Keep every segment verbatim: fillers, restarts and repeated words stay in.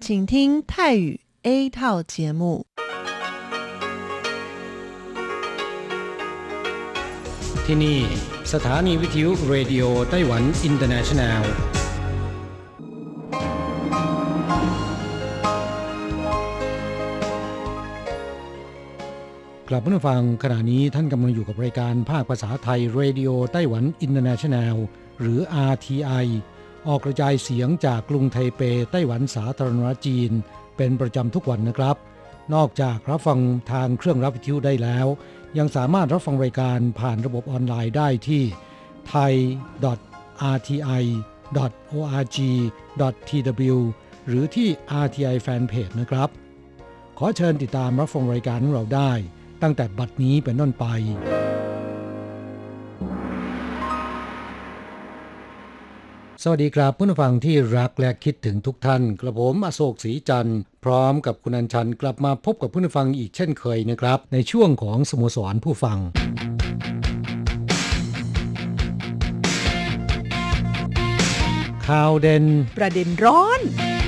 请听泰语 A 套节目。 ที่นี่สถานีวิทยุเรดิโอไต้หวันอินเตอร์เนชั่นแนลกลับมาฟังขณะนี้ท่านกำลังอยู่กับรายการภาคภาษาไทยเรดิโอไต้หวันอินเตอร์เนชั่นแนลหรือ อาร์ ที ไอ ออกกระจายเสียงจากกรุงไทเปไต้หวันสาธารณรัฐจีนเป็นประจำทุกวันนะครับนอกจากรับฟังทางเครื่องรับวิทยุได้แล้วยังสามารถรับฟังรายการผ่านระบบออนไลน์ได้ที่ ไทย ดอท อาร์ ที ไอ ดอท โอ อาร์ จี ดอท ที ดับเบิลยู หรือที่ อาร์ ที ไอ Fanpage นะครับขอเชิญติดตามรับฟังรายการของเราได้ตั้งแต่บัดนี้เป็นต้นไปสวัสดีครับผู้ฟังที่รักและคิดถึงทุกท่านกระผมอโศกศรีจันทร์พร้อมกับคุณอัญชันกลับมาพบกับผู้ฟังอีกเช่นเคยนะครับในช่วงของสโมสรผู้ฟังข่าวเด่นประเด็นร้อน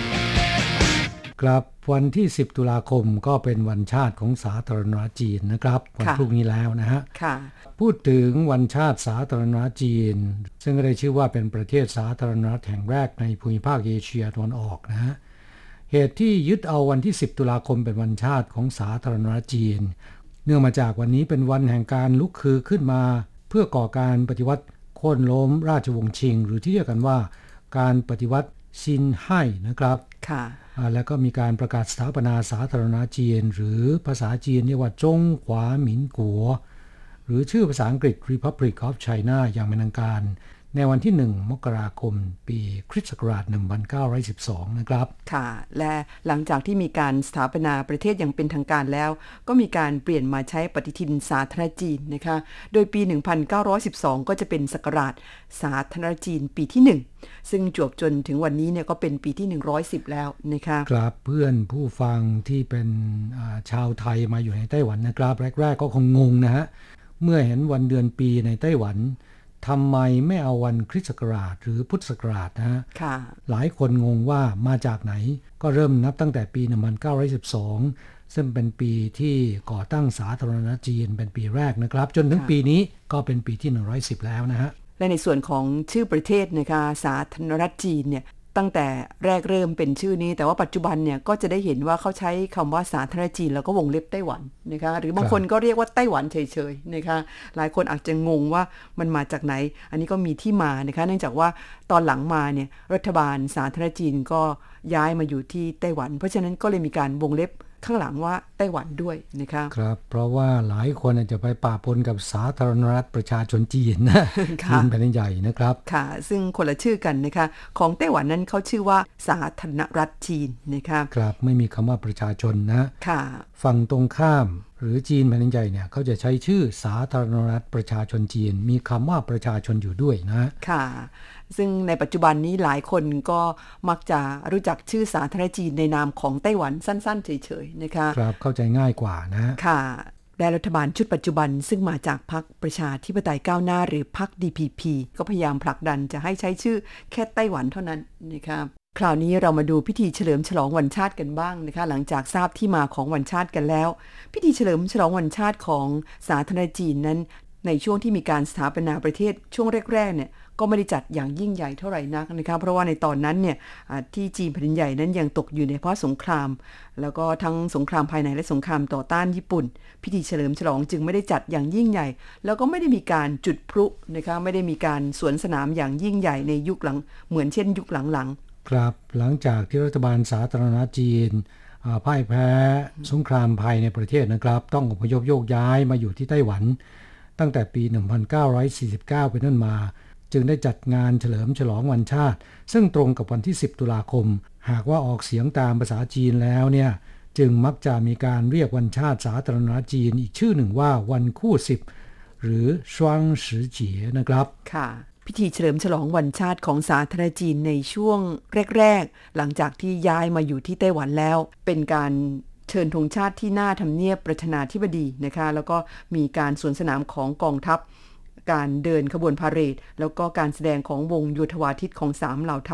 ครับวันที่สิบตุลาคมก็เป็นวันชาติของสาธารณรัฐจีนนะครับวันพรุ่งนี้แล้วนะฮะพูดถึงวันชาติสาธารณรัฐจีนซึ่งได้ชื่อว่าเป็นประเทศสาธารณรัฐแห่งแรกในภูมิภาคเอเชียตะวันออกนะฮะเหตุที่ยึดเอาวันที่สิบตุลาคมเป็นวันชาติของสาธารณรัฐจีนเนื่องมาจากวันนี้เป็นวันแห่งการลุกคือขึ้นมาเพื่อก่อการปฏิวัติโค่นล้มราชวงศ์ชิงหรือที่เรียกกันว่าการปฏิวัติซินไห่นะครับค่ะแล้วก็มีการประกาศสถาปนาสาธารณรัฐจีนหรือภาษาจีนเรียกว่าจงหวาหมินกัวหรือชื่อภาษาอังกฤษ Republic of China อย่างเป็นทางการในวันที่หนึ่งมกราคมปีคริสต์ศักราชหนึ่งพันเก้าร้อยสิบสองนะครับค่ะและหลังจากที่มีการสถาปนาประเทศอย่างเป็นทางการแล้วก็มีการเปลี่ยนมาใช้ปฏิทินสาธารณจีนนะคะโดยปีหนึ่งพันเก้าร้อยสิบสองก็จะเป็นศักราชสาธารณจีนปีที่หนึ่งซึ่งจวบจนถึงวันนี้เนี่ยก็เป็นปีที่หนึ่งร้อยสิบแล้วนะคะครับเพื่อนผู้ฟังที่เป็นชาวไทยมาอยู่ในไต้หวันนะครับแรกๆก็คงงงนะฮะเมื่อเห็นวันเดือนปีในไต้หวันทำไมไม่เอาวันคริสต์ศักราชหรือพุทธศักราชนะฮะหลายคนงงว่ามาจากไหนก็เริ่มนับตั้งแต่ปีหนึ่งพันเก้าร้อยสิบสองซึ่งเป็นปีที่ก่อตั้งสาธารณรัฐจีนเป็นปีแรกนะครับจนถึงปีนี้ก็เป็นปีที่หนึ่งร้อยสิบแล้วนะฮะและในส่วนของชื่อประเทศนะคะสาธารณรัฐจีนเนี่ยตั้งแต่แรกเริ่มเป็นชื่อนี้แต่ว่าปัจจุบันเนี่ยก็จะได้เห็นว่าเขาใช้คำว่าสาธารณจีนแล้วก็วงเล็บไต้หวันนะคะหรือบางคนก็เรียกว่าไต้หวันเฉยๆนะคะหลายคนอาจจะงงว่ามันมาจากไหนอันนี้ก็มีที่มานะคะเนื่องจากว่าตอนหลังมาเนี่ยรัฐบาลสาธารณจีนก็ย้ายมาอยู่ที่ไต้หวันเพราะฉะนั้นก็เลยมีการวงเล็บข้างหลังว่าไต้หวันด้วยนะคะครับเพราะว่าหลายคนอาจจะไปปะปนกับสาธารณรัฐประชาชนจีนนะจีนแผ่นใหญ่นะครับค่ะซึ่งคนละชื่อกันนะคะของไต้หวันนั้นเขาชื่อว่าสาธารณรัฐจีนนะคะครับไม่มีคำว่าประชาชนนะค่ะฝั่งตรงข้ามหรือจีนแผ่นใหญ่เนี่ยเขาจะใช้ชื่อสาธารณรัฐประชาชนจีนมีคำว่าประชาชนอยู่ด้วยนะค่ะซึ่งในปัจจุบันนี้หลายคนก็มักจะรู้จักชื่อสาธารณจีนในนามของไต้หวันสั้นๆเฉยๆนะคะครับเข้าใจง่ายกว่านะค่ะและรัฐบาลชุดปัจจุบันซึ่งมาจากพรรคประชาธิปไตยก้าวหน้าหรือพรรค ดี พี พี ก็พยายามผลักดันจะให้ใช้ชื่อแค่ไต้หวันเท่านั้นนะคะคราวนี้เรามาดูพิธีเฉลิมฉลองวันชาติกันบ้างนะคะหลังจากทราบที่มาของวันชาติกันแล้วพิธีเฉลิมฉลองวันชาติของสาธารณจีนนั้นในช่วงที่มีการสถาปนาประเทศช่วงแรกๆเนี่ยก็ไม่ได้จัดอย่างยิ่งใหญ่เท่าไหร่นักนะคะเพราะว่าในตอนนั้นเนี่ยที่จีนแผ่นใหญ่นั้นยังตกอยู่ในภาวะสงครามแล้วก็ทั้งสงครามภายในและสงครามต่อต้านญี่ปุ่นพิธีเฉลิมฉลองจึงไม่ได้จัดอย่างยิ่งใหญ่แล้วก็ไม่ได้มีการจุดพลุนะคะไม่ได้มีการสวนสนามอย่างยิ่งใหญ่ในยุคหลังเหมือนเช่นยุคหลังๆครับหลังจากที่รัฐบาลสาธารณรัฐจีนพ่ายแพ้สงครามภายในประเทศนะครับต้องอพยพโยกย้ายมาอยู่ที่ไต้หวันตั้งแต่ปีหนึ่งพันเก้าร้อยสี่สิบเก้าเป็นต้นมาจึงได้จัดงานเฉลิมฉลองวันชาติซึ่งตรงกับวันที่สิบตุลาคมหากว่าออกเสียงตามภาษาจีนแล้วเนี่ยจึงมักจะมีการเรียกวันชาติสาธารณรัฐจีนอีกชื่อหนึ่งว่าวันคู่สิบหรือชวางสือเจี๋ยนะครับค่ะพิธีเฉลิมฉลองวันชาติของสาธารณจีนในช่วงแรกๆหลังจากที่ย้ายมาอยู่ที่ไต้หวันแล้วเป็นการเชิญธงชาติที่หน้าทำเนียบประธานาธิบดีนะคะแล้วก็มีการสวนสนามของกองทัพการเดินขบวนพาเหรดแล้วก็การแสดงของวงโยธวาทิตของสามเหล่าทัพ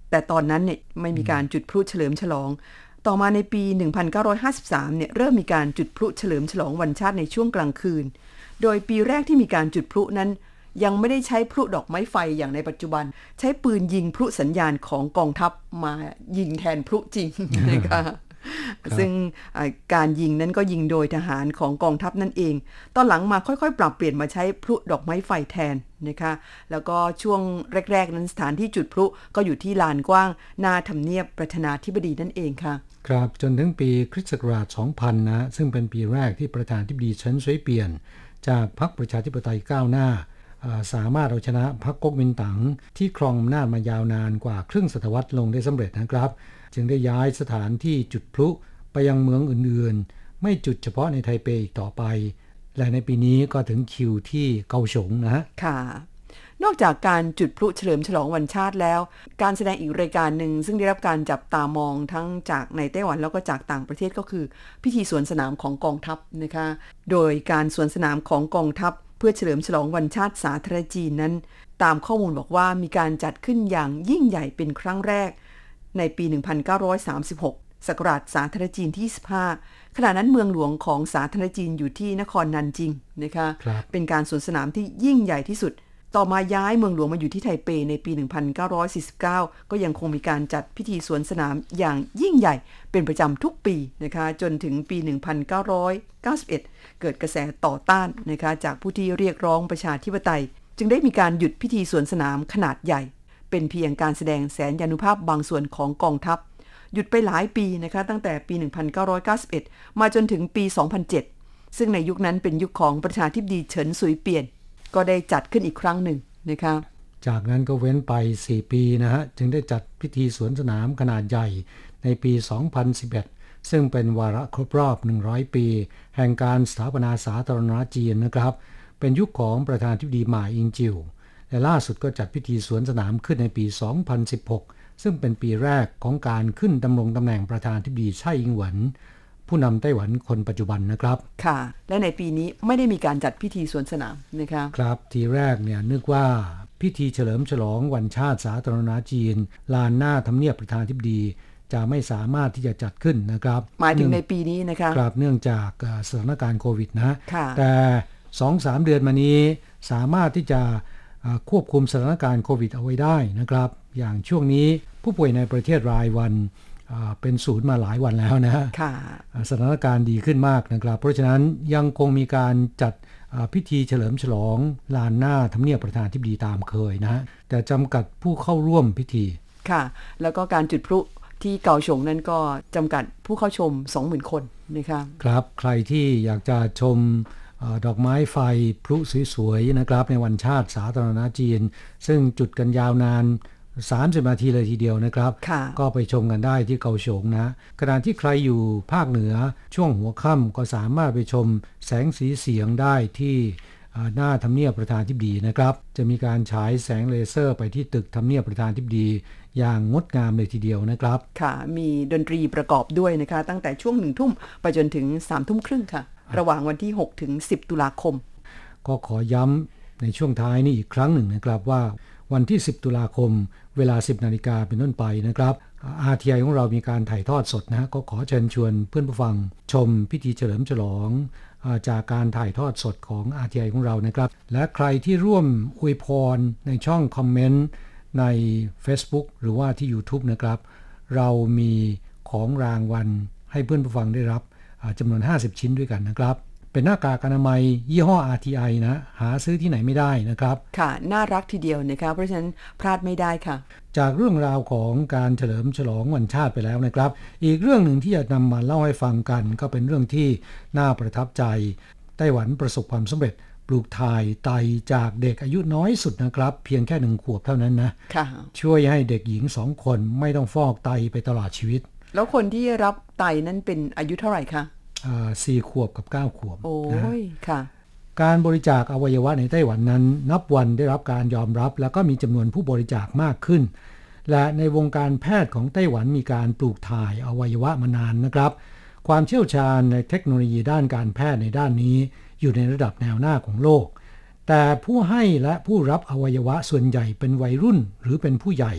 แต่ตอนนั้นเนี่ยไม่มีการจุดพลุเฉลิมฉลองต่อมาในปีหนึ่งพันเก้าร้อยห้าสิบสามเนี่ยเริ่มมีการจุดพลุเฉลิมฉลองวันชาติในช่วงกลางคืนโดยปีแรกที่มีการจุดพลุนั้นยังไม่ได้ใช้พลุดอกไม้ไฟอย่างในปัจจุบันใช้ปืนยิงพลุสัญญาณของกองทัพมายิงแทนพลุจริง นะคะซึ่งการยิงนั้นก็ยิงโดยทหารของกองทัพนั่นเองตอนหลังมาค่อยๆปรับเปลี่ยนมาใช้พลุดอกไม้ไฟแทนนะคะแล้วก็ช่วงแรกๆนั้นสถานที่จุดพลุก็อยู่ที่ลานกว้างหน้าทำเนียบประธานาธิบดีนั่นเองค่ะครับจนถึงปีคริสต์ศักราช สองพัน นะซึ่งเป็นปีแรกที่ประธานาธิบดีเฉินซุยเปี่ยนจากพรรคประชาธิปไตยก้าวหน้าสามารถเอาชนะพรรคก๊กมินตั๋งที่ครองอำนาจมายาวนานกว่าครึ่งศตวรรษลงได้สำเร็จนะครับจึงได้ย้ายสถานที่จุดพลุไปยังเมืองอื่นๆไม่จุดเฉพาะในไทเปอีกต่อไปและในปีนี้ก็ถึงคิวที่เกาฉงนะค่ะนอกจากการจุดพลุเฉลิมฉลองวันชาติแล้วการแสดงอีกรายการหนึ่งซึ่งได้รับการจับตามองทั้งจากในไต้หวันแล้วก็จากต่างประเทศก็คือพิธีสวนสนามของกองทัพนะคะโดยการสวนสนามของกองทัพเพื่อเฉลิมฉลองวันชาติสาธารณจีนนั้นตามข้อมูลบอกว่ามีการจัดขึ้นอย่างยิ่งใหญ่เป็นครั้งแรกในปีหนึ่งพันเก้าร้อยสามสิบหกศักราชสาธารณจีนที่ยี่สิบห้าขณะนั้นเมืองหลวงของสาธารณจีนอยู่ที่นครนันจิงนะคะเป็นการสวนสนามที่ยิ่งใหญ่ที่สุดต่อมาย้ายเมืองหลวงมาอยู่ที่ไทเปในปีหนึ่งพันเก้าร้อยสี่สิบเก้าก็ยังคงมีการจัดพิธีสวนสนามอย่างยิ่งใหญ่เป็นประจำทุกปีนะคะจนถึงปีหนึ่งพันเก้าร้อยเก้าสิบเอ็ดเกิดกระแสต่อต้านนะคะจากผู้ที่เรียกร้องประชาธิปไตยจึงได้มีการหยุดพิธีสวนสนามขนาดใหญ่เป็นเพียงการแสดงแสนยานุภาพบางส่วนของกองทัพหยุดไปหลายปีนะคะตั้งแต่ปีหนึ่งพันเก้าร้อยเก้าสิบเอ็ดมาจนถึงปีสองพันเจ็ดซึ่งในยุคนั้นเป็นยุคของประธานาธิบดีเฉินซุยเปี่ยนก็ได้จัดขึ้นอีกครั้งหนึ่งนะคะจากนั้นก็เว้นไปสี่ปีนะฮะจึงได้จัดพิธีสวนสนามขนาดใหญ่ในปีสองพันสิบเอ็ดซึ่งเป็นวาระครบรอบหนึ่งร้อยปีแห่งการสถาปนาสาธารณรัฐจีนนะครับเป็นยุคของประธานาธิบดีหม่าอิงจิวและล่าสุดก็จัดพิธีสวนสนามขึ้นในปีสองพันสิบหกซึ่งเป็นปีแรกของการขึ้นดำรงตำแหน่งประธานาธิบดีไช่อิงเหวินผู้นำไต้หวันคนปัจจุบันนะครับค่ะและในปีนี้ไม่ได้มีการจัดพิธีสวนสนามนะคะครับทีแรกเนี่ยนึกว่าพิธีเฉลิมฉลองวันชาติสาธารณรัฐจีนลานหน้าทำเนียบประธานาธิบดีจะไม่สามารถที่จะจัดขึ้นนะครับหมายถึงในปีนี้นะคะครับเนื่องจากสถานการณ์โควิดนะแต่ สองถึงสาม เดือนมานี้สามารถที่จะควบคุมสถานการณ์โควิดเอาไว้ได้นะครับอย่างช่วงนี้ผู้ป่วยในประเทศรายวันเป็นศูนย์มาหลายวันแล้วนะสถานการณ์ดีขึ้นมากนะครับเพราะฉะนั้นยังคงมีการจัดพิธีเฉลิมฉลองลานหน้าทำเนียบประธานาธิบดีตามเคยนะแต่จำกัดผู้เข้าร่วมพิธีค่ะแล้วก็การจุดพลุที่เกาฉงนั้นก็จำกัดผู้เข้าชม สองหมื่น คนนะคะครับใครที่อยากจะชมดอกไม้ไฟพลุสวยๆนะครับในวันชาติสาธารณรัฐจีนซึ่งจุดกันยาวนานสามสิบนาทีเลยทีเดียวนะครับก็ไปชมกันได้ที่เกาฉงนะขณะที่ใครอยู่ภาคเหนือช่วงหัวค่ำก็สามารถไปชมแสงสีเสียงได้ที่หน้าทำเนียบประธานาธิบดีนะครับจะมีการฉายแสงเลเซอร์ไปที่ตึกทำเนียบประธานาธิบดีอย่างงดงามเลยทีเดียวนะครับค่ะมีดนตรีประกอบด้วยนะคะตั้งแต่ช่วงหนึ่งทุ่มไปจนถึงสามทุ่มครึ่งค่ะระหว่างวันที่หกถึงสิบตุลาคมก็ขอย้ำในช่วงท้ายนี้อีกครั้งหนึ่งนะครับว่าวันที่สิบตุลาคมเวลา สิบนาฬิกาเป็นต้นไปนะครับ อาร์ ที ไอ ของเรามีการถ่ายทอดสดนะก็ขอเชิญชวนเพื่อนผู้ฟังชมพิธีเฉลิมฉลองจากการถ่ายทอดสดของ อาร์ ที ไอ ของเรานะครับและใครที่ร่วมอวยพรในช่องคอมเมนต์ใน Facebook หรือว่าที่ YouTube นะครับเรามีของรางวัลให้เพื่อนผู้ฟังได้รับจำนวนห้าสิบชิ้นด้วยกันนะครับเป็นหน้ากากอนามัยยี่ห้อ อาร์ ที ไอ นะหาซื้อที่ไหนไม่ได้นะครับค่ะน่ารักทีเดียวนะคะเพราะฉะนั้นพลาดไม่ได้ค่ะจากเรื่องราวของการเฉลิมฉลองวันชาติไปแล้วนะครับอีกเรื่องหนึ่งที่จะนำมาเล่าให้ฟังกันก็เป็นเรื่องที่น่าประทับใจไต้หวันประสบความสำเร็จปลูกถ่ายไตจากเด็กอายุน้อยสุดนะครับเพียงแค่หนึ่งขวบเท่านั้นนะช่วยให้เด็กหญิงสองคนไม่ต้องฟอกไตไปตลอดชีวิตแล้วคนที่รับไตนั้นเป็นอายุเท่าไหร่คะสี่ขวบกับเก้าขวบโอ้ยค่ะการบริจาคอวัยวะในไต้หวันนั้นนับวันได้รับการยอมรับแล้วก็มีจำนวนผู้บริจาคมากขึ้นและในวงการแพทย์ของไต้หวันมีการปลูกถ่ายอวัยวะมานานนะครับความเชี่ยวชาญในเทคโนโลยีด้านการแพทย์ในด้านนี้อยู่ในระดับแนวหน้าของโลกแต่ผู้ให้และผู้รับอวัยวะส่วนใหญ่เป็นวัยรุ่นหรือเป็นผู้ใหญ่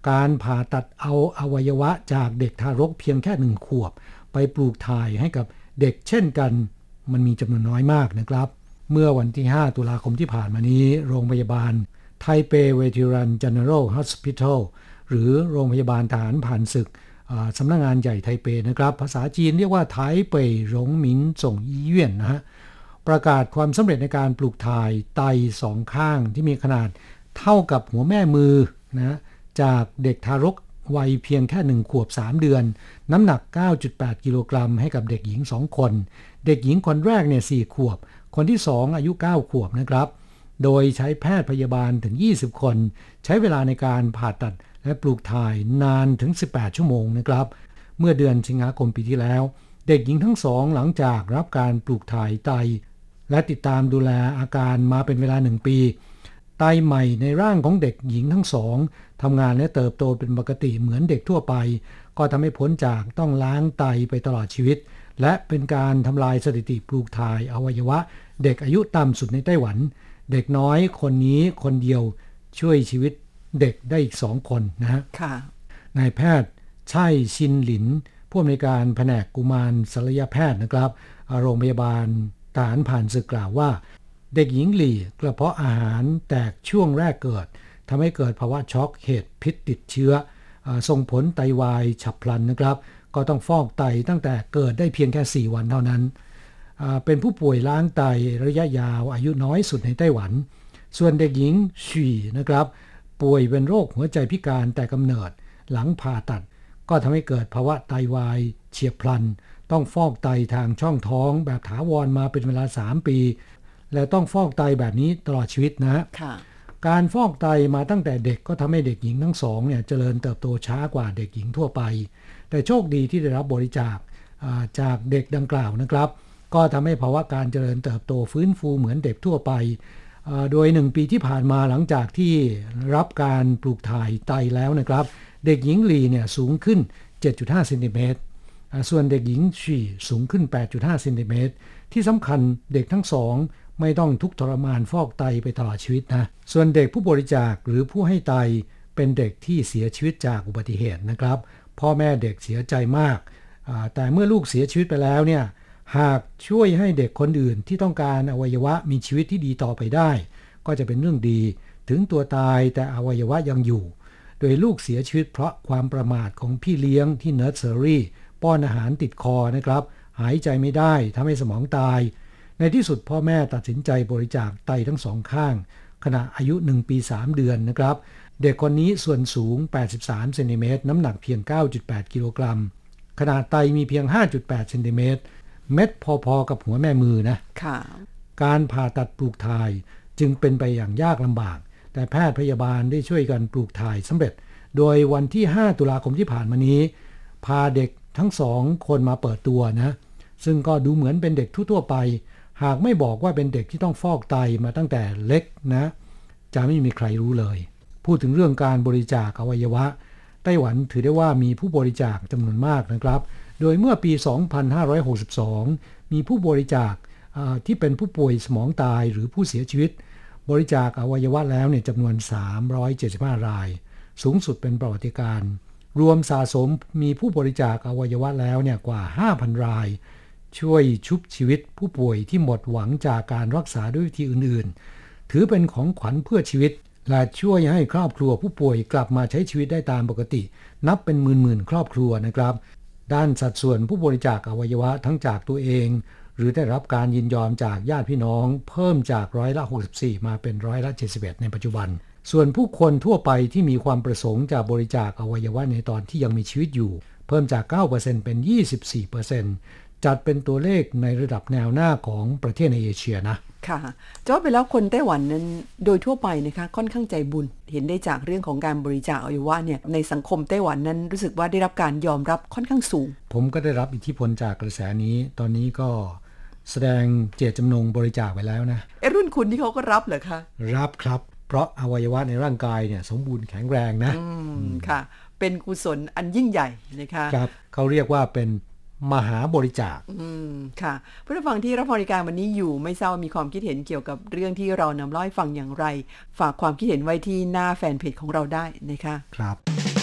การผ่าตัดเอาอวัยวะจากเด็กทารกเพียงแค่หนึ่งขวบไปปลูกถ่ายให้กับเด็กเช่นกันมันมีจำนวนน้อยมากนะครับเมื่อวันที่ห้าตุลาคมที่ผ่านมานี้โรงพยาบาลไทเปเวทิรัน General Hospital หรือโรงพยาบาลทหารผ่านศึกสำนักงานใหญ่ไทเปนะครับภาษาจีนเรียกว่าไทเปหลงหมินส่งอีเยี่ยนนะฮะประกาศความสำเร็จในการปลูกถ่ายไตสองข้างที่มีขนาดเท่ากับหัวแม่มือนะจากเด็กทารกวัยเพียงแค่หนึ่งขวบสามเดือนน้ำหนัก เก้าจุดแปด กิโลกรัมให้กับเด็กหญิงสองคนเด็กหญิงคนแรกเนี่ยสี่ขวบคนที่สองอายุเก้าขวบนะครับโดยใช้แพทย์พยาบาลถึงยี่สิบคนใช้เวลาในการผ่าตัดและปลูกถ่ายนานถึงสิบแปดชั่วโมงนะครับเมื่อเดือนสิงหาคมปีที่แล้วเด็กหญิงทั้งสองหลังจากรับการปลูกถ่ายไตและติดตามดูแลอาการมาเป็นเวลาหนึ่งปีไตใหม่ในร่างของเด็กหญิงทั้งสองทำงานและเติบโตเป็นปกติเหมือนเด็กทั่วไปก็ทำให้พ้นจากต้องล้างไตไปตลอดชีวิตและเป็นการทำลายสถิติปลูกถ่ายอวัยวะเด็กอายุต่ำสุดในไต้หวันเด็กน้อยคนนี้คนเดียวช่วยชีวิตเด็กได้อีกสองคนนะฮะนายแพทย์ไช่ชินหลินผู้อำนวยการแผนกกุมารศัลยแพทย์นะครับโรงพยาบาลทหารผ่านศึกกล่าวว่าเด็กหญิงหลี่กระเพาะอาหารแตกช่วงแรกเกิดทำให้เกิดภาวะช็อกเหตุพิษติดเชื้อส่งผลไตวายฉับพลันนะครับก็ต้องฟอกไตตั้งแต่เกิดได้เพียงแค่สี่วันเท่านั้นเป็นผู้ป่วยล้างไตระยะยาวอายุน้อยสุดในไต้หวันส่วนเด็กหญิงฉี่นะครับป่วยเป็นโรคหัวใจพิการแต่กำเนิดหลังผ่าตัดก็ทำให้เกิดภาวะไตวายเฉียบพลันต้องฟอกไตทางช่องท้องแบบถาวรมาเป็นเวลาสามปีและต้องฟอกไตแบบนี้ตลอดชีวิตนะการฟอกไตมาตั้งแต่เด็กก็ทำให้เด็กหญิงทั้งสองเนี่ยเจริญเติบโตช้ากว่าเด็กหญิงทั่วไปแต่โชคดีที่ได้รับบริจาคจากเด็กดังกล่าวนะครับก็ทำให้ภาวะการเจริญเติบโตฟื้นฟูเหมือนเด็กทั่วไปโดยหนึ่งปีที่ผ่านมาหลังจากที่รับการปลูกถ่ายไตแล้วนะครับเด็กหญิงหลีเนี่ยสูงขึ้น เจ็ดจุดห้า เซนติเมตรส่วนเด็กหญิงฉี่สูงขึ้น แปดจุดห้า เซนติเมตรที่สำคัญเด็กทั้งสองไม่ต้องทุกข์ทรมานฟอกไตไปตลอดชีวิตนะส่วนเด็กผู้บริจาคหรือผู้ให้ไตเป็นเด็กที่เสียชีวิตจากอุบัติเหตุนะครับพ่อแม่เด็กเสียใจมากแต่เมื่อลูกเสียชีวิตไปแล้วเนี่ยหากช่วยให้เด็กคนอื่นที่ต้องการอวัยวะมีชีวิตที่ดีต่อไปได้ก็จะเป็นเรื่องดีถึงตัวตายแต่อวัยวะยังอยู่โดยลูกเสียชีวิตเพราะความประมาทของพี่เลี้ยงที่เนิร์สเซอรี่ป้อนอาหารติดคอนะครับหายใจไม่ได้ทำให้สมองตายในที่สุดพ่อแม่ตัดสินใจบริจาคไตทั้งสองข้างขณะอายุหนึ่งปีสามเดือนนะครับเด็กคนนี้ส่วนสูงแปดสิบสามเซนติเมตรน้ำหนักเพียง เก้าจุดแปด กิโลกรัมขนาดไตมีเพียง ห้าจุดแปด เซนติเมตรเม็ดพอๆกับหัวแม่มือนะการผ่าตัดปลูกถ่ายจึงเป็นไปอย่างยากลำบากแต่แพทย์พยาบาลได้ช่วยกันปลูกถ่ายสำเร็จโดยวันที่ห้าตุลาคมที่ผ่านมานี้พาเด็กทั้งสองคนมาเปิดตัวนะซึ่งก็ดูเหมือนเป็นเด็กทั่วๆไปหากไม่บอกว่าเป็นเด็กที่ต้องฟอกไตมาตั้งแต่เล็กนะจะไม่มีใครรู้เลยพูดถึงเรื่องการบริจาคอวัยวะไต้หวันถือได้ว่ามีผู้บริจาคจำนวนมากนะครับโดยเมื่อปีสองพันห้าร้อยหกสิบสองมีผู้บริจาคที่เป็นผู้ป่วยสมองตายหรือผู้เสียชีวิตบริจาคอวัยวะแล้วเนี่ยจำนวนสามร้อยเจ็ดสิบห้ารายสูงสุดเป็นประวัติการรวมสะสมมีผู้บริจาคอวัยวะแล้วเนี่ยกว่า ห้าพันรายช่วยชุบชีวิตผู้ป่วยที่หมดหวังจากการรักษาด้วยวิธีอื่นๆถือเป็นของขวัญเพื่อชีวิตและช่วยให้ครอบครัวผู้ป่วยกลับมาใช้ชีวิตได้ตามปกตินับเป็นหมื่นๆครอบครัวนะครับด้านสัดส่วนผู้บริจาคอวัยวะทั้งจากตัวเองหรือได้รับการยินยอมจากญาติพี่น้องเพิ่มจากร้อยละหกสิบสี่มาเป็นร้อยละเจ็ดสิบเอ็ดในปัจจุบันส่วนผู้คนทั่วไปที่มีความประสงค์จะบริจาคอวัยวะในตอนที่ยังมีชีวิตอยู่เพิ่มจาก เก้าเปอร์เซ็นต์ เป็น ยี่สิบสี่เปอร์เซ็นต์ จัดเป็นตัวเลขในระดับแนวหน้าของประเทศในเอเชียนะค่ะจะว่าไปแล้วคนไต้หวันนั้นโดยทั่วไปนะคะค่อนข้างใจบุญเห็นได้จากเรื่องของการบริจาคอวัยวะเนี่ยในสังคมไต้หวันนั้นรู้สึกว่าได้รับการยอมรับค่อนข้างสูงผมก็ได้รับอิทธิพลจากกระแสนี้ตอนนี้ก็แสดงเจตจำนงบริจาคไปแล้วนะเอรุ่นคุณที่เขาก็รับเหรอคะรับครับเพราะอวัยวะในร่างกายเนี่ยสมบูรณ์แข็งแรงนะอืมค่ะเป็นกุศลอันยิ่งใหญ่นะคะครับเขาเรียกว่าเป็นมหาบริจาคอืมค่ะผู้ฟังที่รับฟังรายการวันนี้อยู่ไม่ทราบมีความคิดเห็นเกี่ยวกับเรื่องที่เรานำเล่าให้ฟังอย่างไรฝากความคิดเห็นไว้ที่หน้าแฟนเพจของเราได้นะคะครับ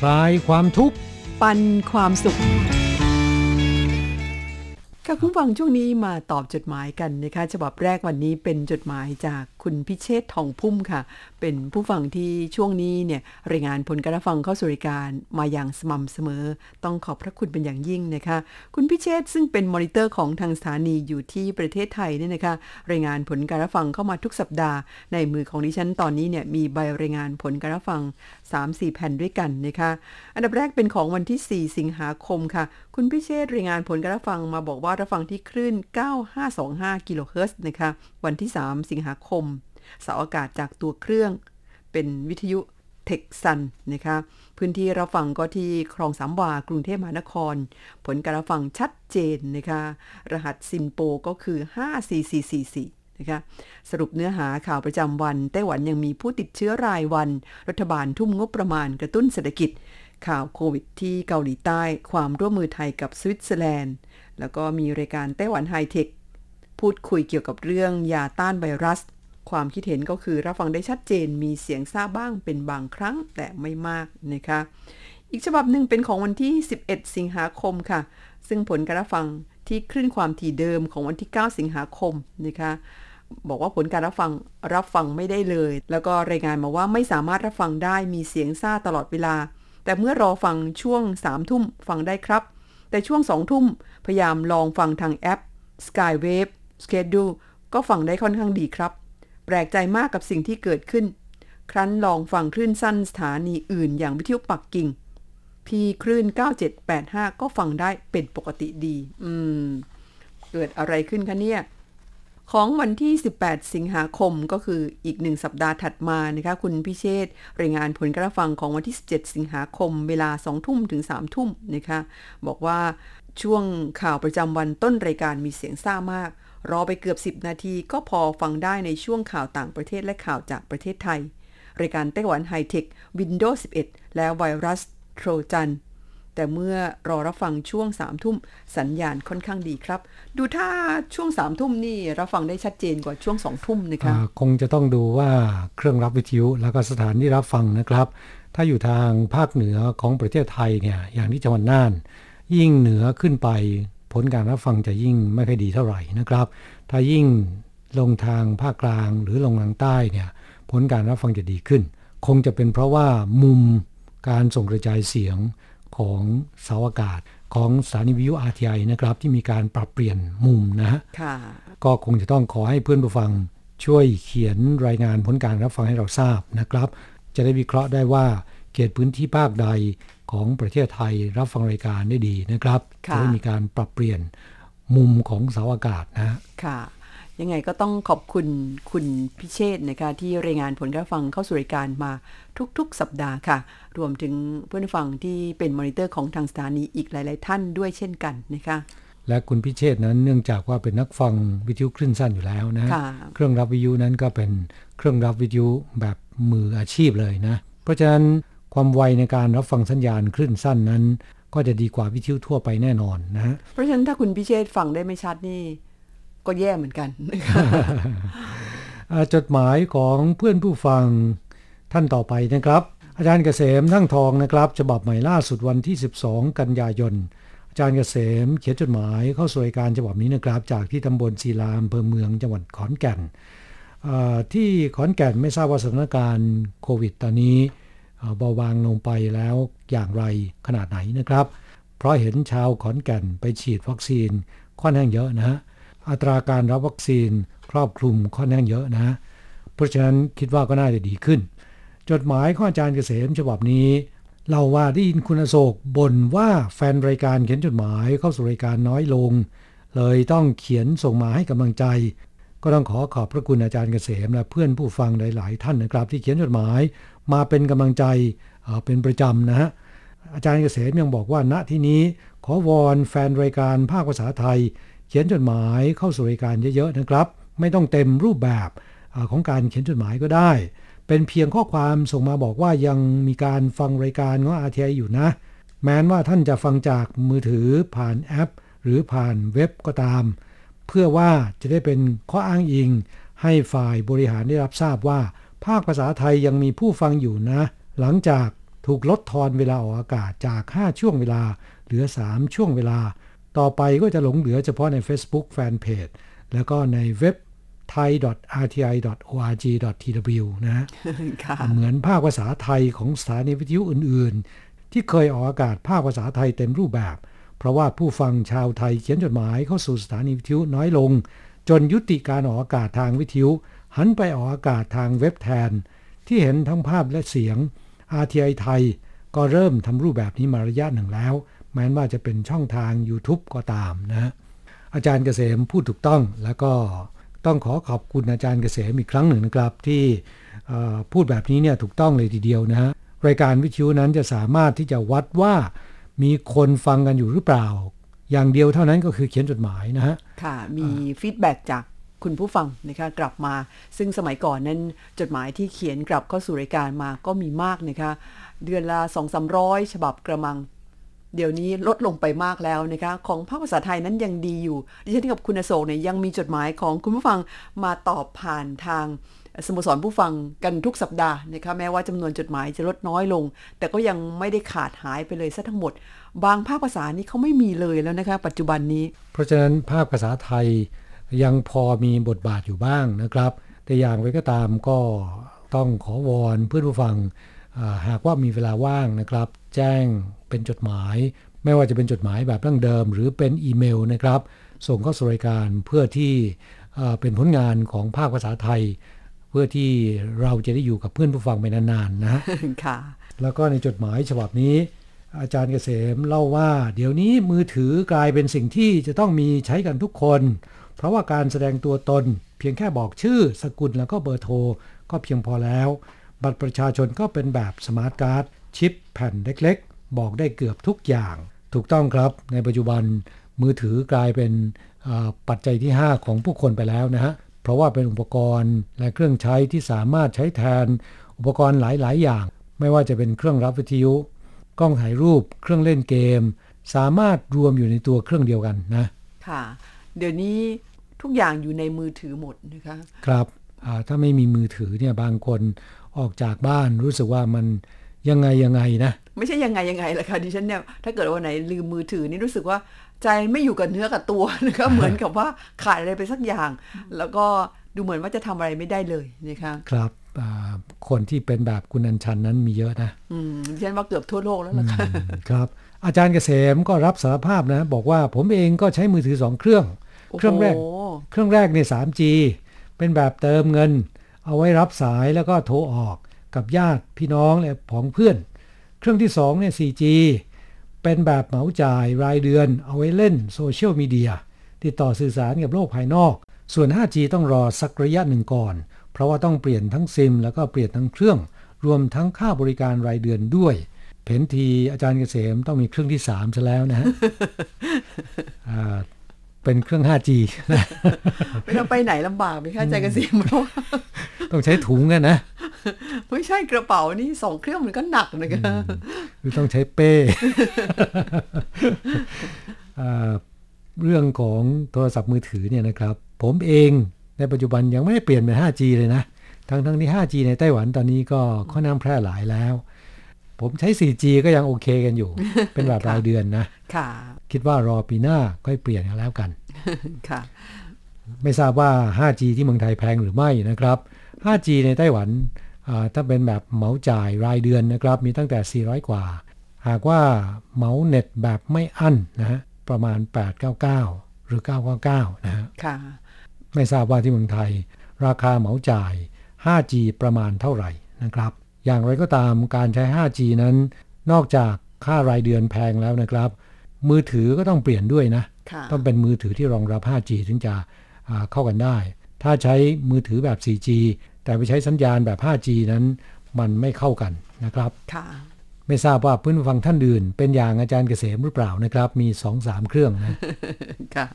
ลายความทุกข์ปันความสุขค่ะคุณฟังช่วงนี้มาตอบจดหมายกันนะคะฉบับแรกวันนี้เป็นจดหมายจากคุณพิเชษฐ์ทองพุ่มค่ะเป็นผู้ฟังที่ช่วงนี้เนี่ยรายงานผลการรับฟังเข้าสู่รายการมาอย่างสม่ำเสมอต้องขอบพระคุณเป็นอย่างยิ่งนะคะคุณพิเชษฐ์ซึ่งเป็นมอนิเตอร์ของทางสถานีอยู่ที่ประเทศไทยเนี่ยนะคะรายงานผลการรับฟังเข้ามาทุกสัปดาห์ในมือของดิฉันตอนนี้เนี่ยมีใบรายงานผลการรับฟัง สามสี่ แผ่นด้วยกันนะคะอันดับแรกเป็นของวันที่สี่สิงหาคมค่ะคุณพิเชษฐ์รายงานผลการรับฟังมาบอกว่ารับฟังที่คลื่นเก้าพันห้าร้อยยี่สิบห้ากิโลเฮิรตซ์นะคะวันที่สามสิงหาคมเสาอากาศจากตัวเครื่องเป็นวิทยุเท็กซันนะคะพื้นที่รับฟังก็ที่คลองสามวากรุงเทพมหานครผลการรับฟังชัดเจนนะคะรหัสซินโปก็คือห้าสี่สี่สี่สี่นะคะสรุปเนื้อหาข่าวประจำวันไต้หวันยังมีผู้ติดเชื้อรายวันรัฐบาลทุ่มงบประมาณกระตุ้นเศรษฐกิจข่าวโควิดที่เกาหลีใต้ความร่วมมือไทยกับสวิตเซอร์แลนด์แล้วก็มีรายการไต้หวันไฮเทคพูดคุยเกี่ยวกับเรื่องยาต้านไวรัสความคิดเห็นก็คือรับฟังได้ชัดเจนมีเสียงซ่าบ้างเป็นบางครั้งแต่ไม่มากนะคะอีกฉบับหนึ่งเป็นของวันที่สิบเอ็ดสิงหาคมค่ะซึ่งผลการรับฟังที่คลื่นความถี่เดิมของวันที่เก้าสิงหาคมนะคะบอกว่าผลการรับฟังรับฟังไม่ได้เลยแล้วก็รายงานมาว่าไม่สามารถรับฟังได้มีเสียงซ่าตลอดเวลาแต่เมื่อรอฟังช่วงสามทุ่มฟังได้ครับแต่ช่วงสองทุ่มพยายามลองฟังทางแอป Skywave Schedule ก็ฟังได้ค่อนข้างดีครับแปลกใจมากกับสิ่งที่เกิดขึ้นครั้นลองฟังคลื่นสั้นสถานีอื่นอย่างวิทยุปักกิ่งที่คลื่นเก้าเจ็ดแปดห้าก็ฟังได้เป็นปกติดีอืมเกิดอะไรขึ้นคะเนี่ยของวันที่สิบแปดสิงหาคมก็คืออีกหนึ่งสัปดาห์ถัดมานะคะคุณพิเชษฐ์รายงานผลการฟังของวันที่สิบเจ็ดสิงหาคมเวลาสองทุ่มถึงสามทุ่มนะคะบอกว่าช่วงข่าวประจำวันต้นรายการมีเสียงซ่ามากรอไปเกือบสิบนาทีก็พอฟังได้ในช่วงข่าวต่างประเทศและข่าวจากประเทศไทยรายการไต้หวันไฮเทค Windows สิบเอ็ด และไวรัสโทรจันแต่เมื่อรอรับฟังช่วงสามทุ่มสัญญาณค่อนข้างดีครับดูถ้าช่วงสามทุ่มนี่รับฟังได้ชัดเจนกว่าช่วงสองทุ่มนะคะคงจะต้องดูว่าเครื่องรับวิทยุแล้วก็สถานที่รับฟังนะครับถ้าอยู่ทางภาคเหนือของประเทศไทยเนี่ยอย่างที่จังหวัดน่านยิ่งเหนือขึ้นไปผลการรับฟังจะยิ่งไม่ค่อยดีเท่าไหร่นะครับถ้ายิ่งลงทางภาคกลางหรือลงทางใต้เนี่ยผลการรับฟังจะดีขึ้นคงจะเป็นเพราะว่ามุมการส่งกระจายเสียงของเสาอากาศของสถานีวิทยุ อาร์ ที ไอ นะครับที่มีการปรับเปลี่ยนมุมนะฮะก็คงจะต้องขอให้เพื่อนผู้ฟังช่วยเขียนรายงานผลการรับฟังให้เราทราบนะครับจะได้วิเคราะห์ได้ว่าเขตพื้นที่ภาคใดของประเทศไทยรับฟังรายการได้ดีนะครับจะได้มีการปรับเปลี่ยนมุมของเสาอากาศนะค่ะยังไงก็ต้องขอบคุณคุณพิเชษฐ์นะคะที่รายงานผลการฟังเข้าสู่รายการมาทุกๆสัปดาห์ค่ะรวมถึงเพื่อนฟังที่เป็นมอนิเตอร์ของทางสถานีอีกหลายๆท่านด้วยเช่นกันนะคะและคุณพิเชษฐ์นั้นเนื่องจากว่าเป็นนักฟังวิทยุคลื่นสั้นอยู่แล้วนะเครื่องรับวิทยุนั้นก็เป็นเครื่องรับวิทยุแบบมืออาชีพเลยนะเพราะฉะนั้นความไวในการรับฟังสัญญาณคลื่นสั้นนั้นก็จะดีกว่าวิทยุทั่วไปแน่นอนนะเพราะฉะนั้นถ้าคุณพิเชษฐ์ฟังได้ไม่ชัดนี่ก็แย่เหมือนกันจดหมายของเพื่อนผู้ฟังท่านต่อไปนะครับอาจารย์เกษมทั้งทองนะครับฉบับใหม่ล่าสุดวันที่สิบสองกันยายนอาจารย์เกษมเขียนจดหมายเข้าสู่รายการฉบับนี้นะครับจากที่ตำบลศิลาอำเภอเมืองจังหวัดขอนแก่นที่ขอนแก่นไม่ทราบว่าสถานการณ์โควิดตอนนี้เบาบางลงไปแล้วอย่างไรขนาดไหนนะครับเพราะเห็นชาวขอนแก่นไปฉีดวัคซีนค่อนข้างเยอะนะฮะอัตราการรับวัคซีนครอบคลุมค่อนข้างเยอะนะเพราะฉะนั้นคิดว่าก็น่าจะดีขึ้นจดหมายของอาจารย์เกษมฉบับนี้เล่าว่าได้ยินคุณอโศกบ่นว่าแฟนรายการเขียนจดหมายเข้าสู่รายการน้อยลงเลยต้องเขียนส่งมาให้กำลังใจก็ต้องขอขอบพระคุณอาจารย์เกษมและเพื่อนผู้ฟังหลายๆท่านนะครับที่เขียนจดหมายมาเป็นกำลังใจเป็นประจำนะฮะอาจารย์เกษมยังบอกว่าณที่นี้ขอวอนแฟนรายการภาคภาษาไทยเขียนจดหมายเข้าสู่รายการเยอะๆนะครับไม่ต้องเต็มรูปแบบของการเขียนจดหมายก็ได้เป็นเพียงข้อความส่งมาบอกว่ายังมีการฟังรายการของ อาร์ ที ไอ อยู่นะแม้ว่าท่านจะฟังจากมือถือผ่านแอปหรือผ่านเว็บก็ตามเพื่อว่าจะได้เป็นข้ออ้างอิงให้ฝ่ายบริหารได้รับทราบว่าภาคภาษาไทยยังมีผู้ฟังอยู่นะหลังจากถูกลดทอนเวลาออกอากาศจากห้าช่วงเวลาเหลือสามช่วงเวลาต่อไปก็จะหลงเหลือเฉพาะใน Facebook Fanpage แล้วก็ในเว็บ ไทย ดอท อาร์ ที ไอ ดอท โอ อาร์ จี ดอท ที ดับเบิลยู นะฮะ เหมือนภาคภาษาไทยของสถานีวิทยุอื่นๆที่เคยออกอากาศภาคภาษาไทยเต็มรูปแบบเพราะว่าผู้ฟังชาวไทยเขียนจดหมายเข้าสู่สถานีวิทยุน้อยลงจนยุติการออกอากาศทางวิทยุหันไปออกอากาศทางเว็บแทนที่เห็นทั้งภาพและเสียง อาร์ ที ไอ ไทยก็เริ่มทำรูปแบบนี้มาระยะหนึ่งแล้วแม้ว่าจะเป็นช่องทาง YouTube ก็ตามนะอาจารย์เกษมพูดถูกต้องแล้วก็ต้องขอขอบคุณอาจารย์เกษมอีกครั้งหนึ่งนะครับที่พูดแบบนี้เนี่ยถูกต้องเลยทีเดียวนะฮะรายการวิทยุนั้นจะสามารถที่จะวัดว่ามีคนฟังกันอยู่หรือเปล่าอย่างเดียวเท่านั้นก็คือเขียนจดหมายนะฮะค่ะมีฟีดแบ็กจากคุณผู้ฟังนะคะกลับมาซึ่งสมัยก่อนนั้นจดหมายที่เขียนกลับเข้าสู่รายการมาก็มีมากนะคะเดือนละ สองถึงสามร้อย ฉบับกระมังเดี๋ยวนี้ลดลงไปมากแล้วนะคะของภาคภาษาไทยนั้นยังดีอยู่ดิฉันกับคุณอโศกเนี่ยยังมีจดหมายของคุณผู้ฟังมาตอบผ่านทางสโมสรผู้ฟังกันทุกสัปดาห์นะคะแม้ว่าจำนวนจดหมายจะลดน้อยลงแต่ก็ยังไม่ได้ขาดหายไปเลยซะทั้งหมดบางภาคภาษานี้เขาไม่มีเลยแล้วนะคะปัจจุบันนี้เพราะฉะนั้นภาคภาษาไทยยังพอมีบทบาทอยู่บ้างนะครับแต่อย่างไรก็ตามก็ต้องขอวอนเพื่อนผู้ฟังหากว่ามีเวลาว่างนะครับแจ้งเป็นจดหมายไม่ว่าจะเป็นจดหมายแบบดั้งเดิมหรือเป็นอีเมลนะครับส่งเข้าสู่รายการเพื่อที่เป็นผลงานของภาคภาษาไทยเพื่อที่เราจะได้อยู่กับเพื่อนผู้ฟังไปนานๆนะค่ะแล้วก็ในจดหมายฉบับนี้อาจารย์เกษมเล่าว่าเดี๋ยวนี้มือถือกลายเป็นสิ่งที่จะต้องมีใช้กันทุกคนเพราะว่าการแสดงตัวตนเพียงแค่บอกชื่อสกุลแล้วก็เบอร์โทรก็เพียงพอแล้วบัตรประชาชนก็เป็นแบบสมาร์ทการ์ดชิปแผ่นเล็กๆบอกได้เกือบทุกอย่างถูกต้องครับในปัจจุบันมือถือกลายเป็นปัจจัยที่ห้าของผู้คนไปแล้วนะฮะเพราะว่าเป็นอุปกรณ์และเครื่องใช้ที่สามารถใช้แทนอุปกรณ์หลายๆอย่างไม่ว่าจะเป็นเครื่องรับวิทยุกล้องถ่ายรูปเครื่องเล่นเกมสามารถรวมอยู่ในตัวเครื่องเดียวกันนะค่ะเดี๋ยวนี้ทุกอย่างอยู่ในมือถือหมดนะคะครับถ้าไม่มีมือถือเนี่ยบางคนออกจากบ้านรู้สึกว่ามันยังไงยังไงนะไม่ใช่ยังไงยังไงแหละค่ะดิฉันเนี่ยถ้าเกิดวันไหนลืมมือถือนี่รู้สึกว่าใจไม่อยู่กับเนื้อกับตัวนะคะเหมือนกับว่าขาดอะไรไปสักอย่างแล้วก็ดูเหมือนว่าจะทำอะไรไม่ได้เลยนะคะครับคนที่เป็นแบบคุณอัญชันนั้นมีเยอะนะอืมดิฉันว่าเกือบทั่วโลกแล้วล่ะค่ะครับอาจารย์เกษมก็รับสารภาพนะบอกว่าผมเองก็ใช้มือถือสองเครื่องเครื่องแรกเครื่องแรกเนี่ย ทรี จี เป็นแบบเติมเงินเอาไว้รับสายแล้วก็โทรออกกับญาติพี่น้องและผองเพื่อนเครื่องที่สองเนี่ย โฟร์ จี เป็นแบบเหมาจ่ายรายเดือนเอาไว้เล่นโซเชียลมีเดียติดต่อสื่อสารกับโลกภายนอกส่วน ห้าจี ต้องรอสักระยะหนึ่งก่อนเพราะว่าต้องเปลี่ยนทั้งซิมแล้วก็เปลี่ยนทั้งเครื่องรวมทั้งค่าบริการรายเดือนด้วยเห็นทีอาจารย์เกษมต้องมีเครื่องที่สามซะแล้วนะฮะ เป็นเครื่อง ห้าจีไม่ต้องไปไหนลำบากไหมคะอาจารย์เกษมเพราะต้องใช้ถุงกันนะไม่ใช่กระเป๋านี่สองเครื่องมันก็หนักนะคะหรือต้องใช้เป้ เรื่องของโทรศัพท์มือถือเนี่ยนะครับผมเองในปัจจุบันยังไม่ได้เปลี่ยนเป็น ห้าจี เลยนะทั้งทั้งที่ ห้าจี ในไต้หวันตอนนี้ก็ค่อนข้างแพร่หลายแล้วผมใช้ โฟร์จี ก็ยังโอเคกันอยู่ เป็นแบบรายเดือนนะค่ะคิดว่ารอปีหน้าก็ให้เปลี่ยนกันแล้วกันค่ะไม่ทราบว่า ห้าจี ที่เมืองไทยแพงหรือไม่นะครับ ห้าจี ในไต้หวันถ้าเป็นแบบเหมาจ่ายรายเดือนนะครับมีตั้งแต่สี่ร้อยกว่าหากว่าเหมาเน็ตแบบไม่อั้นนะฮะประมาณแปดร้อยเก้าสิบเก้าหรือเก้าร้อยเก้าสิบเก้านะฮะค่ะไม่ทราบว่าที่เมืองไทยราคาเหมาจ่าย ห้าจี ประมาณเท่าไหร่นะครับอย่างไรก็ตามการใช้ ห้าจี นั้นนอกจากค่ารายเดือนแพงแล้วนะครับมือถือก็ต้องเปลี่ยนด้วยนะต้องเป็นมือถือที่รองรับ ห้าจี ถึงจะเข้ากันได้ถ้าใช้มือถือแบบ โฟร์จี แต่ไปใช้สัญญาณแบบ ห้าจี นั้นมันไม่เข้ากันนะครับค่ะไม่ทราบว่าเพื่อนผู้ฟังท่านอื่นเป็นอย่างอาจารย์เกษมหรือเปล่านะครับมี สองถึงสาม เครื่องนะค่ะ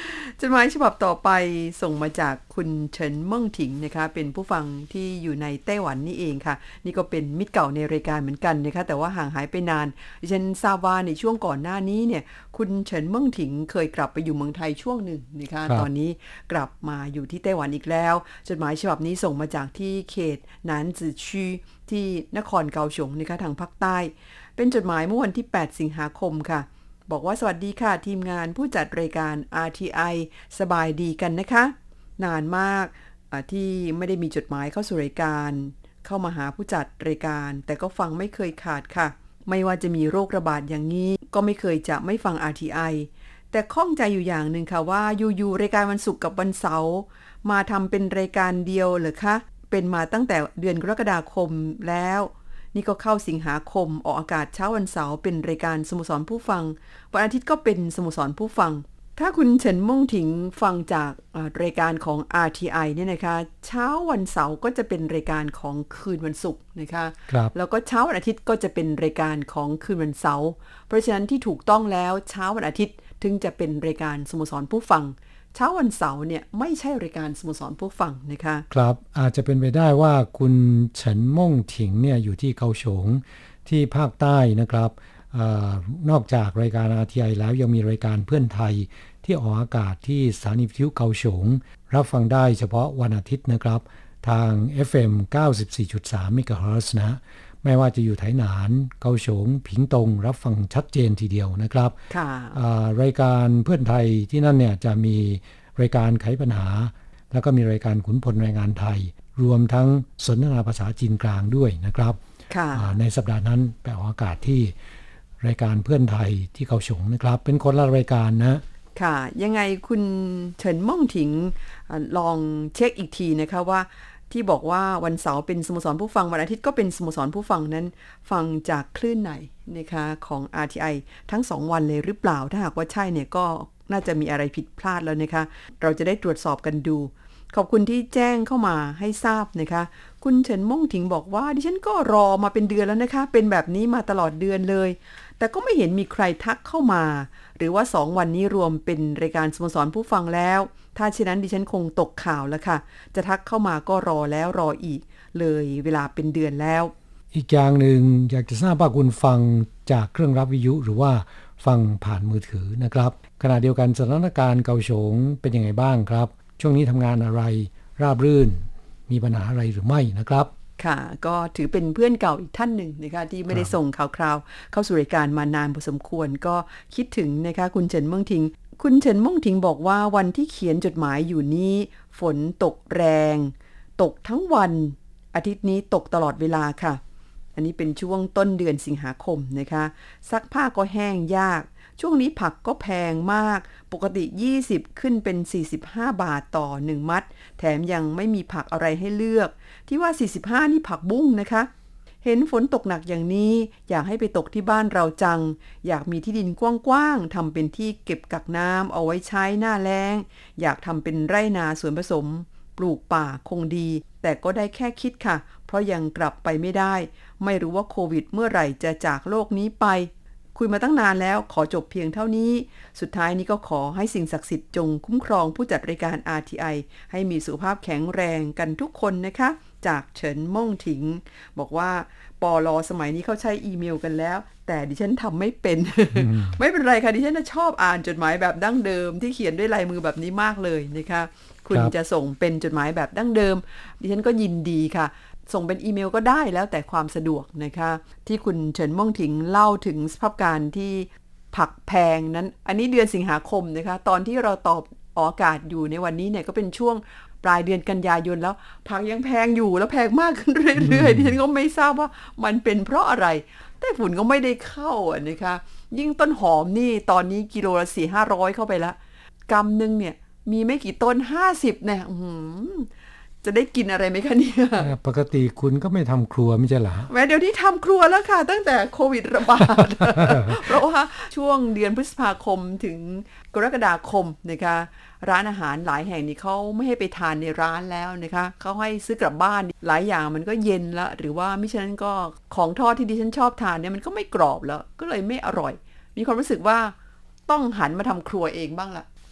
จดหมายฉบับต่อไปส่งมาจากคุณเฉินเมิ่งถิงนะคะเป็นผู้ฟังที่อยู่ในไต้หวันนี่เองค่ะนี่ก็เป็นมิตรเก่าในรายการเหมือนกันนะคะแต่ว่าห่างหายไปนานดิฉันทราบว่าในช่วงก่อนหน้านี้เนี่ยคุณเฉินเมิ่งถิงเคยกลับไปอยู่เมืองไทยช่วงหนึ่งนะคะตอนนี้กลับมาอยู่ที่ไต้หวันอีกแล้วจดหมายฉบับนี้ส่งมาจากที่เขตหนานจื่อชีที่นครเกาสงนะคะทางภาคใต้เป็นจดหมายเมื่อวันที่แปดสิงหาคมค่ะบอกว่าสวัสดีค่ะทีมงานผู้จัดรายการ อาร์ ที ไอ สบายดีกันนะคะนานมากที่ไม่ได้มีจดหมายเข้าสู่รายการเข้ามาหาผู้จัดรายการแต่ก็ฟังไม่เคยขาดค่ะไม่ว่าจะมีโรคระบาดอย่างนี้ก็ไม่เคยจะไม่ฟัง อาร์ ที ไอ แต่ข้องใจอยู่อย่างหนึ่งค่ะว่าอยู่ๆรายการวันศุกร์กับวันเสาร์มาทำเป็นรายการเดียวเหรอคะเป็นมาตั้งแต่เดือนกรกฎาคมแล้วนี่ก็เข้าสิงหาคมออกอากาศเช้าวันเสาร์เป็นรายการสโมสรผู้ฟังวันอาทิตย์ก็เป็นสโมสรผู้ฟังถ้าคุณเฉินม่งถิงฟังจากรายการของ อาร์ ที ไอ เนี่ยนะคะเช้าวันเสาร์ก็จะเป็นรายการของคืนวันศุกร์นะคะแล้วก็เช้าวันอาทิตย์ก็จะเป็นรายการของคืนวันเสาร์เพราะฉะนั้นที่ถูกต้องแล้วเช้าวันอาทิตย์ถึงจะเป็นรายการสโมสรผู้ฟังเช้าวันเสาร์เนี่ยไม่ใช่รายการสโมสรผู้ฟังนะคะครับอาจจะเป็นไปได้ว่าคุณเฉินม่งถิงเนี่ยอยู่ที่เกาสงที่ภาคใต้นะครับอานอกจากรายการ อาร์ ที ไอ แล้วยังมีรายการเพื่อนไทยที่ออกอากาศที่สถานีวิทยุเกาสงรับฟังได้เฉพาะวันอาทิตย์นะครับทาง เอฟ เอ็ม เก้าสิบสี่จุดสาม เมกะเฮิรตซ์นะไม่ว่าจะอยู่ไถหนานเกาสงผิงตงรับฟังชัดเจนทีเดียวนะครับรายการเพื่อนไทยที่นั่นเนี่ยจะมีรายการไขปัญหาแล้วก็มีรายการขุนพลแรงงานไทยรวมทั้งสนทนาภาษาจีนกลางด้วยนะครับในสัปดาห์นั้นไปออกอากาศที่รายการเพื่อนไทยที่เกาสงนะครับเป็นคนละรายการนะค่ะยังไงคุณเฉินม่งถิงลองเช็คอีกทีนะคะว่าที่บอกว่าวันเสาร์เป็นสโมสรผู้ฟังวันอาทิตย์ก็เป็นสโมสรผู้ฟังนั้นฟังจากคลื่นไหนนะคะของ อาร์ ที ไอ ทั้งสองวันเลยหรือเปล่าถ้าหากว่าใช่เนี่ยก็น่าจะมีอะไรผิดพลาดแล้วนะคะเราจะได้ตรวจสอบกันดูขอบคุณที่แจ้งเข้ามาให้ทราบนะคะคุณเฉินม่งถิงบอกว่าดิฉันก็รอมาเป็นเดือนแล้วนะคะเป็นแบบนี้มาตลอดเดือนเลยแต่ก็ไม่เห็นมีใครทักเข้ามาหรือว่าสองวันนี้รวมเป็นรายการสโมสรผู้ฟังแล้วถ้าเช่นนั้นดิฉันคงตกข่าวแล้วค่ะจะทักเข้ามาก็รอแล้วรออีกเลยเวลาเป็นเดือนแล้วอีกอย่างหนึ่งอยากจะทราบว่าคุณฟังจากเครื่องรับวิทยุหรือว่าฟังผ่านมือถือนะครับขณะเดียวกันสถานการณ์เกาสงเป็นยังไงบ้างครับช่วงนี้ทำงานอะไรราบรื่นมีปัญหาอะไรหรือไม่นะครับค่ะก็ถือเป็นเพื่อนเก่าอีกท่านหนึ่งนะคะที่ไม่ได้ส่งข่าวคราวเข้าสู่รายการมานานพอสมควรก็คิดถึงนะคะคุณเฉินม่งถิงคุณเฉินม่งถิงบอกว่าวันที่เขียนจดหมายอยู่นี้ฝนตกแรงตกทั้งวันอาทิตย์นี้ตกตลอดเวลาค่ะอันนี้เป็นช่วงต้นเดือนสิงหาคมนะคะซักผ้าก็แห้งยากช่วงนี้ผักก็แพงมากปกติยี่สิบขึ้นเป็นสี่สิบห้าบาทต่อหนึ่งมัดแถมยังไม่มีผักอะไรให้เลือกที่ว่าสี่สิบห้านี่ผักบุ้งนะคะเห็นฝนตกหนักอย่างนี้อยากให้ไปตกที่บ้านเราจังอยากมีที่ดินกว้างๆทำเป็นที่เก็บกักน้ำเอาไว้ใช้หน้าแล้งอยากทำเป็นไร่นาสวนผสมปลูกป่าคงดีแต่ก็ได้แค่คิดค่ะเพราะยังกลับไปไม่ได้ไม่รู้ว่าโควิดเมื่อไหร่จะจากโลกนี้ไปคุยมาตั้งนานแล้วขอจบเพียงเท่านี้สุดท้ายนี้ก็ขอให้สิ่งศักดิ์สิทธิ์จงคุ้มครองผู้จัดรายการ อาร์ ที ไอ ให้มีสุขภาพแข็งแรงกันทุกคนนะคะจากเฉินม่งถิงบอกว่าปลอสมัยนี้เขาใช้อีเมลกันแล้วแต่ดิฉันทำไม่เป็น ไม่เป็นไรค่ะดิฉันชอบอ่านจดหมายแบบดั้งเดิมที่เขียนด้วยลายมือแบบนี้มากเลยนะคะคุณจะส่งเป็นจดหมายแบบดั้งเดิมดิฉันก็ยินดีค่ะส่งเป็นอีเมลก็ได้แล้วแต่ความสะดวกนะคะที่คุณเฉินม่งถิงเล่าถึงสภาพการที่ผักแพงนั้นอันนี้เดือนสิงหาคมนะคะตอนที่เราตอบออกอากาศอยู่ในวันนี้เนี่ยก็เป็นช่วงปลายเดือนกันยายนแล้วผักยังแพงอยู่แล้วแพงมากขึ้นเรื่อยๆดิฉันก็ไม่ทราบว่ามันเป็นเพราะอะไรแต่ฝุ่นก็ไม่ได้เข้าอ่ะนะคะยิ่งต้นหอมนี่ตอนนี้กิโลละสี่ห้าร้อยเข้าไปละกำนึงเนี่ยมีไม่กี่ต้นห้าสิบเนี่ยจะได้กินอะไรไหมคะเนี่ยปกติคุณก็ไม่ทำครัวไม่ใช่เหรอแม้เดี๋ยวนี้ทำครัวแล้วค่ะตั้งแต่โควิดระบาด เพราะว่าช่วงเดือนพฤษภาคมถึงกรกฎาคมนะคะร้านอาหารหลายแห่งนี่เขาไม่ให้ไปทานในร้านแล้วนะคะเขาให้ซื้อกลับบ้านหลายอย่างมันก็เย็นแล้วหรือว่าไม่ฉะนั้นก็ของทอดที่ดิฉันชอบทานเนี่ยมันก็ไม่กรอบแล้วก็เลยไม่อร่อยมีความรู้สึกว่าต้องหันมาทำครัวเองบ้างละ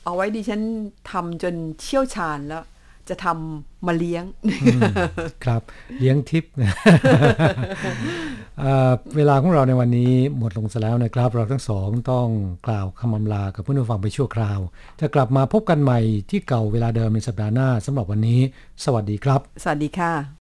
เอาไว้ดิฉันทำจนเชี่ยวชาญแล้วจะทำมาเลี้ยงครับเลี้ยงทิพย์เวลาของเราในวันนี้หมดลงซะแล้วนะครับเราทั้งสองต้องกล่าวคำอำลากับผู้ฟังไปชั่วคราวจะกลับมาพบกันใหม่ที่เก่าเวลาเดิมในสัปดาห์หน้าสำหรับวันนี้สวัสดีครับสวัสดีค่ะ